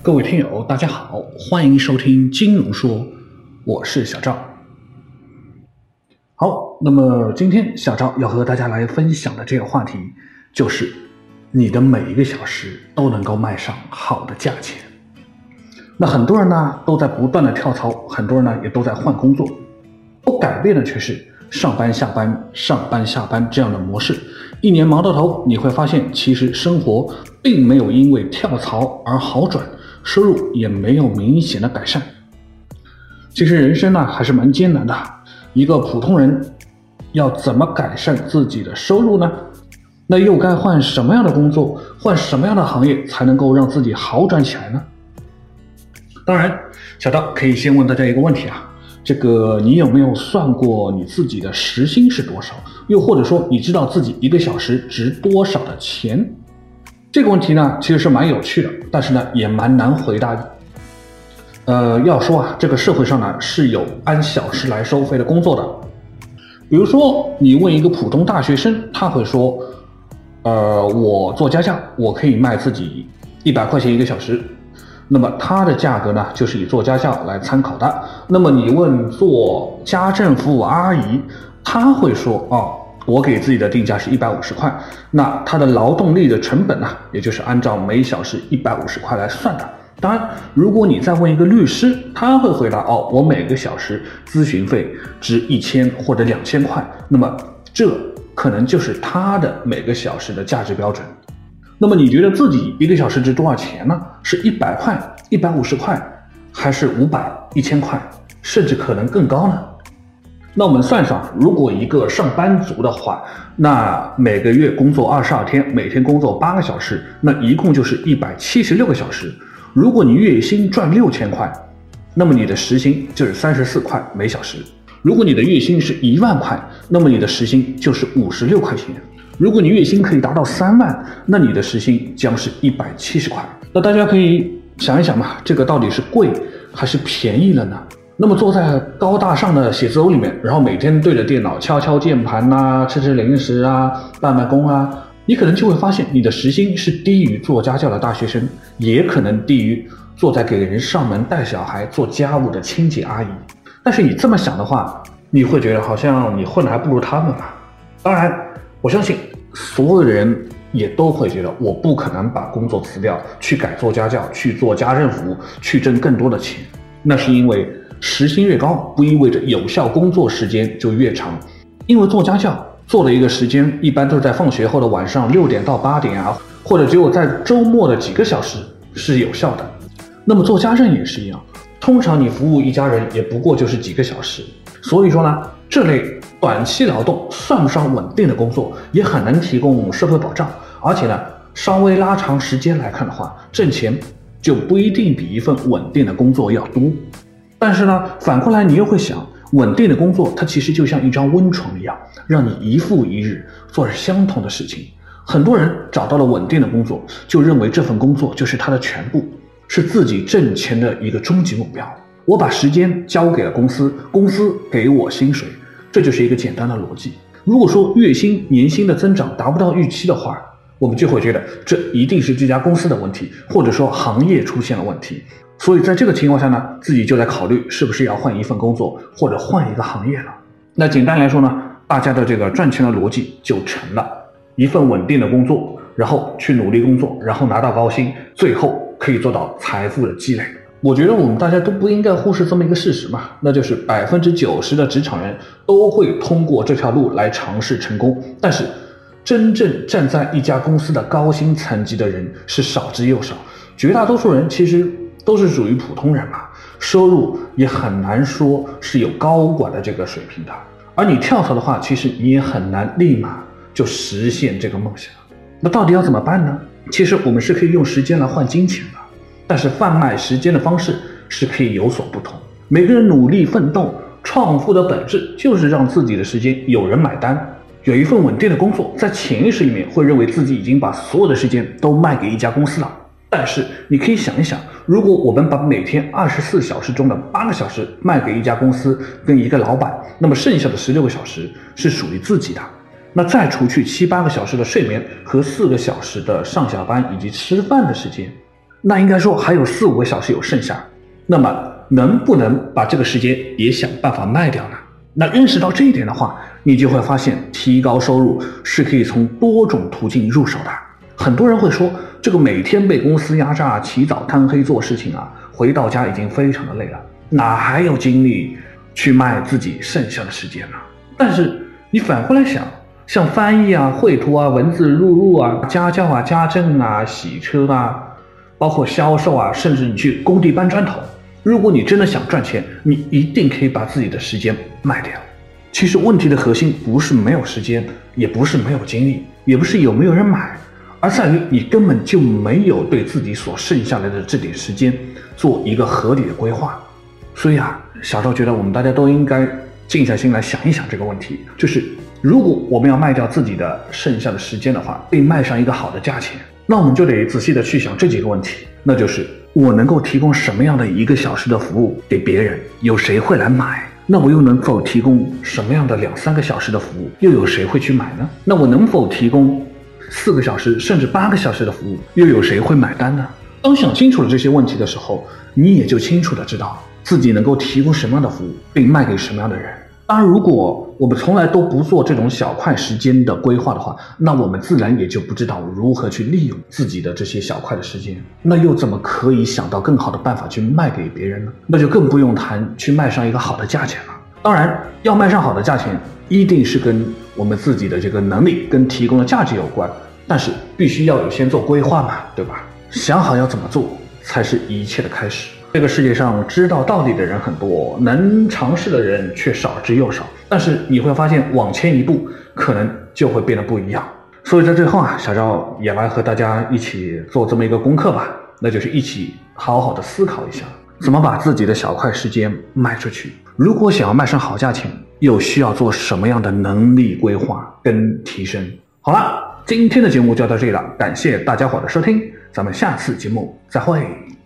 各位听友，大家好，欢迎收听金融说，我是小赵。好，那么今天小赵要和大家来分享的这个话题，就是你的每一个小时都能够卖上好的价钱。那很多人呢都在不断的跳槽，很多人呢也都在换工作，不改变的却是上班下班、上班下班这样的模式。一年忙到头，你会发现其实生活并没有因为跳槽而好转，收入也没有明显的改善。其实人生呢还是蛮艰难的，一个普通人要怎么改善自己的收入呢？那又该换什么样的工作，换什么样的行业才能够让自己好转起来呢？当然，小赵可以先问大家一个问题啊，你有没有算过你自己的时薪是多少？又或者说你知道自己1个小时值多少的钱？这个问题呢其实是蛮有趣的，但是呢也蛮难回答的。要说啊，这个社会上呢是有按小时来收费的工作的。比如说你问一个普通大学生，他会说我做家教，我可以卖自己100块钱1个小时，那么它的价格呢就是以做家教来参考的。那么你问做家政服务阿姨，他会说我给自己的定价是150块，那他的劳动力的成本呢，也就是按照每小时150块来算的。当然，如果你再问一个律师，他会回答我每个小时咨询费值1000或者2000块，那么这可能就是他的每个小时的价值标准。那么你觉得自己1个小时值多少钱呢？是100块、150块，还是500、1000块，甚至可能更高呢？那我们算算，如果一个上班族的话，那每个月工作22天，每天工作8个小时，那一共就是176个小时。如果你月薪赚6000块，那么你的时薪就是34块每小时。如果你的月薪是1万块，那么你的时薪就是56块钱。如果你月薪可以达到3万，那你的时薪将是170块。那大家可以想一想嘛，这个到底是贵还是便宜了呢？那么坐在高大上的写字楼里面，然后每天对着电脑敲敲键盘啊，吃吃零食啊，办办公啊，你可能就会发现你的时薪是低于做家教的大学生，也可能低于坐在给人上门带小孩做家务的清洁阿姨。但是你这么想的话，你会觉得好像你混得还不如他们吧？当然，我相信所有的人也都会觉得我不可能把工作辞掉，去改做家教，去做家政服务，去挣更多的钱。那是因为时薪越高，不意味着有效工作时间就越长。因为做家教做的一个时间一般都是在放学后的晚上6点到8点啊，或者只有在周末的几个小时是有效的。那么做家政也是一样，通常你服务一家人也不过就是几个小时。所以说呢，这类短期劳动算不上稳定的工作，也很难提供社会保障，而且呢，稍微拉长时间来看的话，挣钱就不一定比一份稳定的工作要多。但是呢，反过来你又会想，稳定的工作它其实就像一张温床一样，让你一复一日做着相同的事情。很多人找到了稳定的工作，就认为这份工作就是他的全部，是自己挣钱的一个终极目标。我把时间交给了公司，公司给我薪水，这就是一个简单的逻辑。如果说月薪、年薪的增长达不到预期的话，我们就会觉得这一定是这家公司的问题，或者说行业出现了问题。所以在这个情况下呢，自己就在考虑是不是要换一份工作，或者换一个行业了。那简单来说呢，大家的这个赚钱的逻辑就成了一份稳定的工作，然后去努力工作，然后拿到高薪，最后可以做到财富的积累。我觉得我们大家都不应该忽视这么一个事实嘛，那就是90%的职场人都会通过这条路来尝试成功，但是真正站在一家公司的高薪层级的人是少之又少，绝大多数人其实都是属于普通人嘛，收入也很难说是有高管的这个水平的。而你跳槽的话，其实你也很难立马就实现这个梦想。那到底要怎么办呢？其实我们是可以用时间来换金钱的，但是贩卖时间的方式是可以有所不同。每个人努力奋斗创富的本质就是让自己的时间有人买单。有一份稳定的工作，在潜意识里面会认为自己已经把所有的时间都卖给一家公司了。但是你可以想一想，如果我们把每天24小时中的8个小时卖给一家公司跟一个老板，那么剩下的16个小时是属于自己的。那再除去7、8个小时的睡眠和4个小时的上下班以及吃饭的时间， 那应该说还有4、5个小时有剩下，那么能不能把这个时间也想办法卖掉呢？那认识到这一点的话，你就会发现提高收入是可以从多种途径入手的。很多人会说，这个每天被公司压榨，起早贪黑做事情啊，回到家已经非常的累了，哪还有精力去卖自己剩下的时间呢？但是你反过来想，像翻译啊、绘图啊、文字录入啊、家教啊、家政啊、洗车啊，包括销售啊，甚至你去工地搬砖头，如果你真的想赚钱，你一定可以把自己的时间卖掉。其实问题的核心不是没有时间，也不是没有精力，也不是有没有人买，而在于你根本就没有对自己所剩下来的这点时间做一个合理的规划。所以啊，小赵觉得我们大家都应该静下心来想一想这个问题，就是如果我们要卖掉自己的剩下的时间的话，并卖上一个好的价钱，那我们就得仔细的去想这几个问题，那就是我能够提供什么样的1个小时的服务给别人，有谁会来买？那我又能否提供什么样的2、3个小时的服务，又有谁会去买呢？那我能否提供4个小时甚至8个小时的服务，又有谁会买单呢？当想清楚了这些问题的时候，你也就清楚的知道自己能够提供什么样的服务，并卖给什么样的人。当然，如果我们从来都不做这种小块时间的规划的话，那我们自然也就不知道如何去利用自己的这些小块的时间，那又怎么可以想到更好的办法去卖给别人呢？那就更不用谈去卖上一个好的价钱了。当然，要卖上好的价钱，一定是跟我们自己的这个能力跟提供的价值有关，但是必须要有先做规划嘛，对吧？想好要怎么做，才是一切的开始。这个世界上知道道理的人很多，能尝试的人却少之又少，但是你会发现往前一步可能就会变得不一样。所以在最后啊，小赵也来和大家一起做这么一个功课吧，那就是一起好好的思考一下，怎么把自己的小块时间卖出去。如果想要卖上好价钱，又需要做什么样的能力规划跟提升？好了，今天的节目就到这里了，感谢大家伙的收听，咱们下次节目再会。